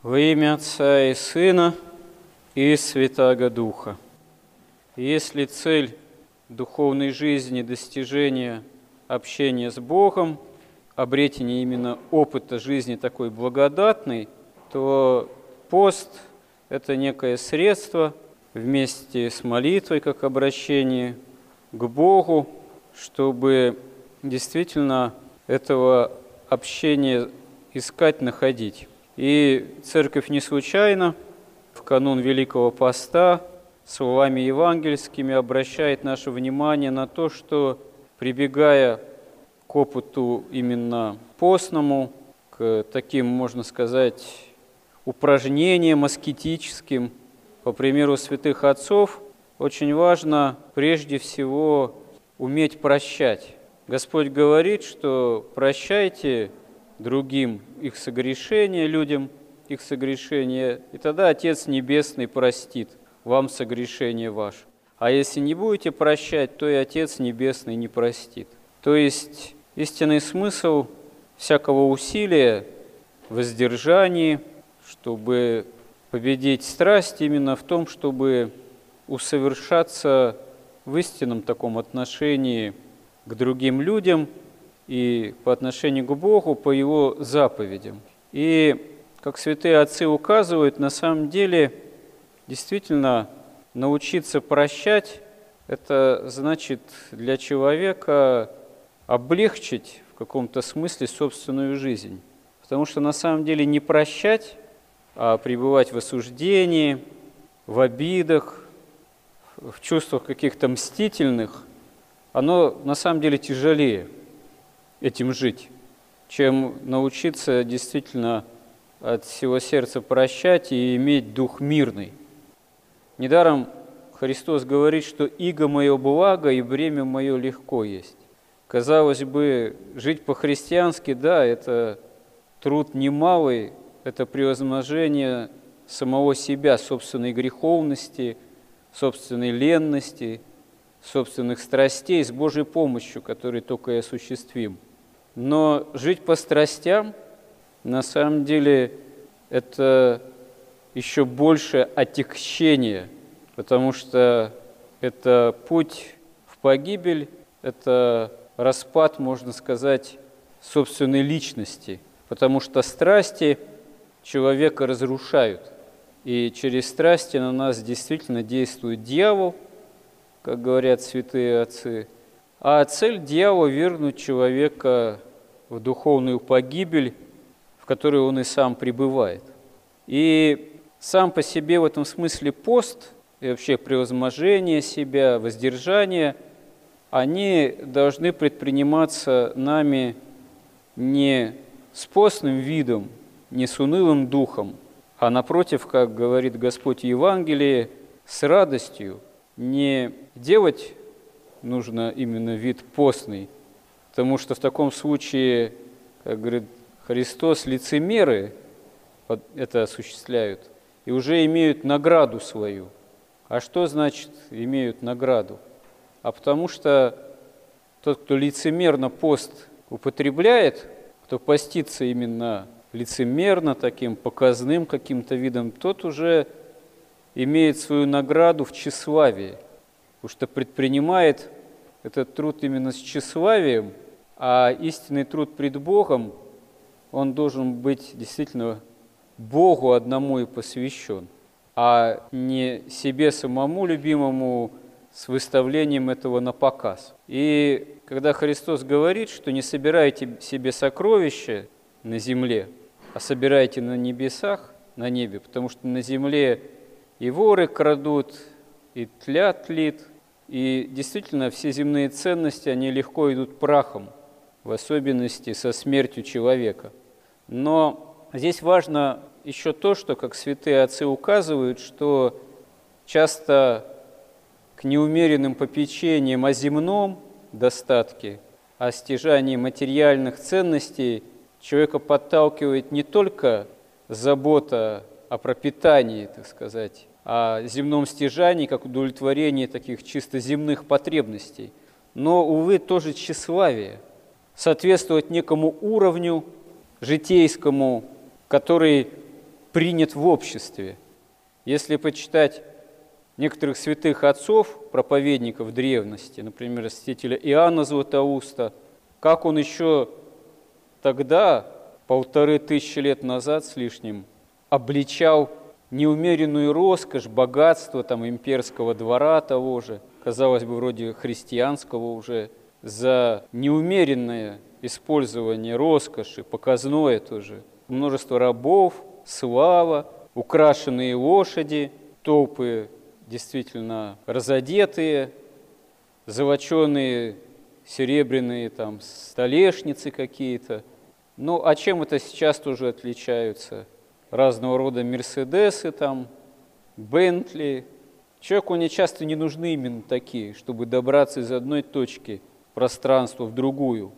Во имя Отца и Сына и Святаго Духа. Если цель духовной жизни – достижение общения с Богом, обретение именно опыта жизни такой благодатной, то пост – это некое средство вместе с молитвой, как обращение к Богу, чтобы действительно этого общения искать, находить. И Церковь не случайно в канун Великого Поста словами евангельскими обращает наше внимание на то, что, прибегая к опыту именно постному, к таким, можно сказать, упражнениям аскетическим, по примеру святых отцов, очень важно прежде всего уметь прощать. Господь говорит, что прощайте другим их согрешения, людям их согрешения, и тогда Отец Небесный простит вам согрешение ваше. А если не будете прощать, то и Отец Небесный не простит. То есть истинный смысл всякого усилия, воздержании, чтобы победить страсть, именно в том, чтобы усовершаться в истинном таком отношении к другим людям и по отношению к Богу, по Его заповедям. И, как святые отцы указывают, на самом деле, действительно, научиться прощать – это значит для человека облегчить в каком-то смысле собственную жизнь. Потому что на самом деле не прощать, а пребывать в осуждении, в обидах, в чувствах каких-то мстительных, оно на самом деле тяжелее этим жить, чем научиться действительно от всего сердца прощать и иметь дух мирный. Недаром Христос говорит, что «иго мое благо и бремя мое легко есть». Казалось бы, жить по-христиански, да, это труд немалый, это превозможение самого себя, собственной греховности, собственной ленности, собственных страстей с Божьей помощью, которые только и осуществим. Но жить по страстям, на самом деле, это еще больше отягчение, потому что это путь в погибель, это распад, можно сказать, собственной личности, потому что страсти человека разрушают, и через страсти на нас действительно действует дьявол, как говорят святые отцы, а цель дьявола – вернуть человека в духовную погибель, в которой он и сам пребывает. И сам по себе в этом смысле пост и вообще превозможение себя, воздержание, они должны предприниматься нами не с постным видом, не с унылым духом, а напротив, как говорит Господь в Евангелии, с радостью. Не делать нужно именно вид постный, потому что в таком случае, как говорит Христос, лицемеры это осуществляют и уже имеют награду свою. А что значит имеют награду? А потому что тот, кто лицемерно пост употребляет, кто постится именно лицемерно, таким показным каким-то видом, тот уже имеет свою награду в тщеславии, потому что предпринимает этот труд именно с тщеславием, а истинный труд пред Богом, он должен быть действительно Богу одному и посвящен, а не себе самому любимому с выставлением этого на показ. И когда Христос говорит, что не собирайте себе сокровища на земле, а собирайте на небесах, на небе, потому что на земле и воры крадут, и тля тлит, и действительно все земные ценности, они легко идут прахом, в особенности со смертью человека. Но здесь важно еще то, что, как святые отцы указывают, что часто к неумеренным попечениям о земном достатке, о стяжании материальных ценностей человека подталкивает не только забота о пропитании, так сказать, о земном стяжании, как удовлетворении таких чисто земных потребностей, но, увы, тоже тщеславие, соответствовать некому уровню житейскому, который принят в обществе. Если почитать некоторых святых отцов, проповедников древности, например, святителя Иоанна Златоуста, как он еще тогда, 1500 лет назад с лишним, обличал неумеренную роскошь, богатство имперского двора того же, казалось бы, вроде христианского уже, за неумеренное использование роскоши, показное тоже. Множество рабов, слава, украшенные лошади, толпы действительно разодетые, золоченые серебряные столешницы какие-то. Ну, а чем это сейчас тоже отличаются? Разного рода мерседесы, Бентли. Человеку не часто не нужны именно такие, чтобы добраться из одной точки пространства в другую.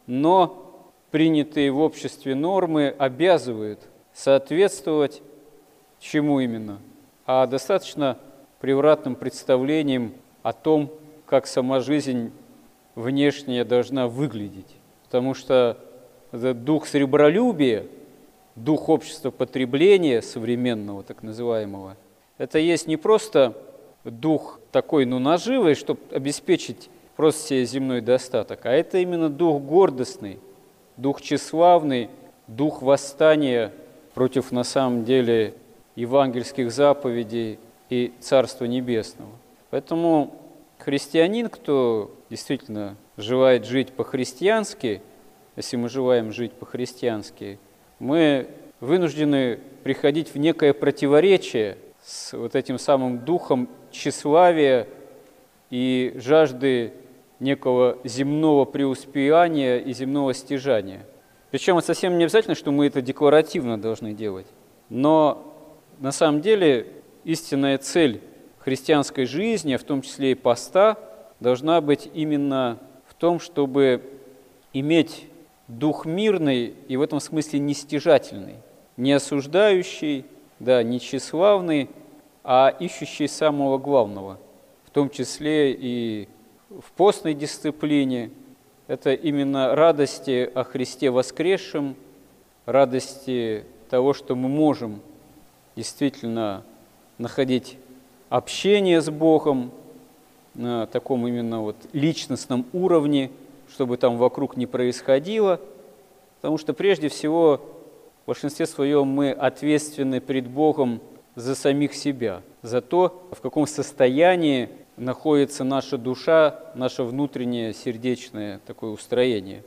Но принятые в обществе нормы обязывают соответствовать чему именно? А достаточно превратным представлением о том, как сама жизнь внешняя должна выглядеть. Потому что этот дух сребролюбия, дух общества потребления современного, так называемого, это есть не просто дух такой, наживый, чтобы обеспечить просто себе земной достаток, а это именно дух гордостный, дух тщеславный, дух восстания против, на самом деле, евангельских заповедей и Царства Небесного. Поэтому христианин, кто действительно желает жить по-христиански, если мы желаем жить по-христиански, мы вынуждены приходить в некое противоречие с вот этим самым духом тщеславия и жажды некого земного преуспеяния и земного стяжания. Причем это совсем не обязательно, что мы это декларативно должны делать. Но на самом деле истинная цель христианской жизни, а в том числе и поста, должна быть именно в том, чтобы иметь дух мирный и в этом смысле не стяжательный, не осуждающий, не тщеславный, а ищущий самого главного, в том числе и в постной дисциплине. Это именно радости о Христе воскресшем, радости того, что мы можем действительно находить общение с Богом на таком именно личностном уровне, чтобы там вокруг не происходило, потому что прежде всего в большинстве своем мы ответственны пред Богом за самих себя, за то, в каком состоянии находится наша душа, наше внутреннее сердечное такое устроение.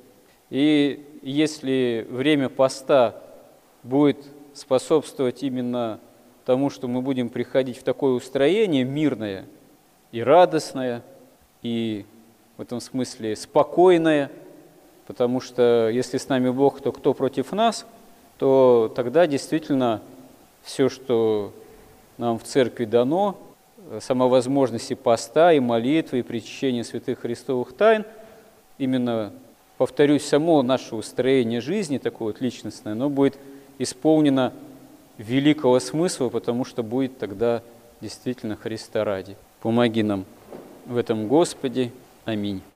И если время поста будет способствовать именно тому, что мы будем приходить в такое устроение мирное и радостное, и в этом смысле спокойное, потому что если с нами Бог, то кто против нас, то тогда действительно все, что нам в церкви дано, сама возможность и поста, и молитвы, и причащения святых христовых тайн, именно, повторюсь, само наше устроение жизни, такое личностное, оно будет исполнено великого смысла, потому что будет тогда действительно Христа ради. Помоги нам в этом, Господи. Аминь.